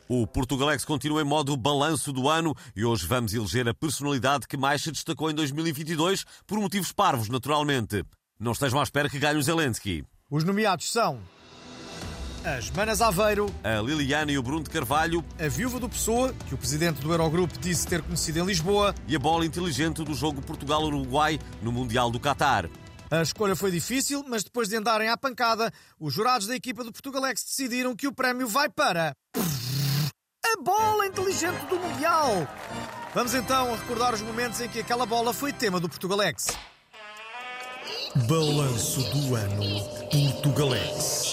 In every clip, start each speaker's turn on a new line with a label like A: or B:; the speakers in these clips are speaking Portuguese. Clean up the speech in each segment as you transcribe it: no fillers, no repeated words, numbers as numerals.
A: O Portugalex continua em modo balanço do ano e hoje vamos eleger a personalidade que mais se destacou em 2022 por motivos parvos, naturalmente. Não estejam à espera que ganhe o Zelensky.
B: Os nomeados são as Manas Aveiro,
A: A Liliana e o Bruno de Carvalho,
B: a viúva do Pessoa, que o presidente do Eurogrupo disse ter conhecido em Lisboa.
A: e a bola inteligente do jogo Portugal-Uruguai no Mundial do Qatar.
B: A escolha foi difícil, mas depois de andarem à pancada, os jurados da equipa do Portugalex decidiram que o prémio vai para a bola inteligente do Mundial. Vamos então recordar os momentos em que aquela bola foi tema do Portugalex. Balanço do ano Portugalex.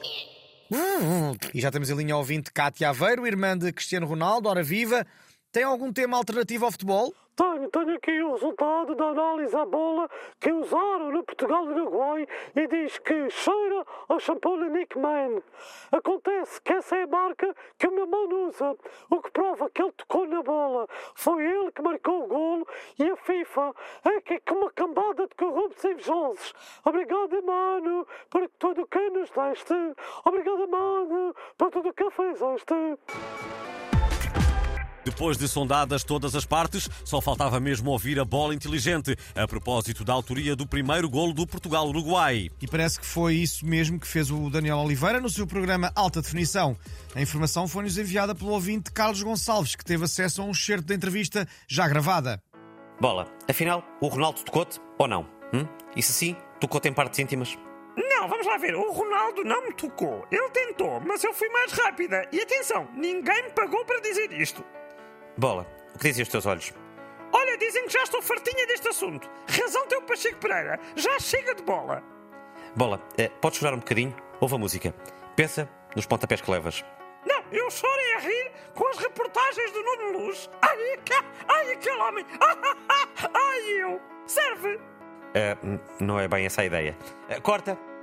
B: E já temos em linha ouvinte Cátia Aveiro, irmã de Cristiano Ronaldo, ora viva. Tem algum tema alternativo ao futebol?
C: Tenho aqui o resultado da análise à bola que usaram no Portugal-Uruguai e diz que cheira ao shampoo da Nick Man. Acontece que essa é a marca que o meu mano usa, o que prova que ele tocou na bola. Foi ele que marcou o golo e a FIFA é que é como uma cambada de corruptos invejosos. Obrigado, mano, por tudo o que nos deste. Obrigado, mano, por tudo o que fizeste.
A: Depois de sondadas todas as partes, só faltava mesmo ouvir a bola inteligente, a propósito da autoria do primeiro golo do Portugal-Uruguai.
B: E parece que foi isso mesmo que fez o Daniel Oliveira no seu programa Alta Definição. A informação foi-nos enviada pelo ouvinte Carlos Gonçalves, que teve acesso a um excerto da entrevista já gravada.
D: Bola, afinal, o Ronaldo tocou-te ou não? E se sim, tocou-te em partes íntimas?
E: Não, vamos lá ver. O Ronaldo não me tocou. Ele tentou, mas eu fui mais rápida. E atenção, ninguém me pagou para dizer isto.
D: Bola, o que dizem os teus olhos?
E: Olha, dizem que já estou fartinha deste assunto. Razão teu, Pacheco Pereira. Já chega de bola.
D: Bola, podes chorar um bocadinho? Ouve a música. Pensa nos pontapés que levas.
E: Não, eu chorei a rir com as reportagens do Nuno Luz. Ai, aquele homem. Ai, eu. Serve.
D: Não é bem essa a ideia. Corta.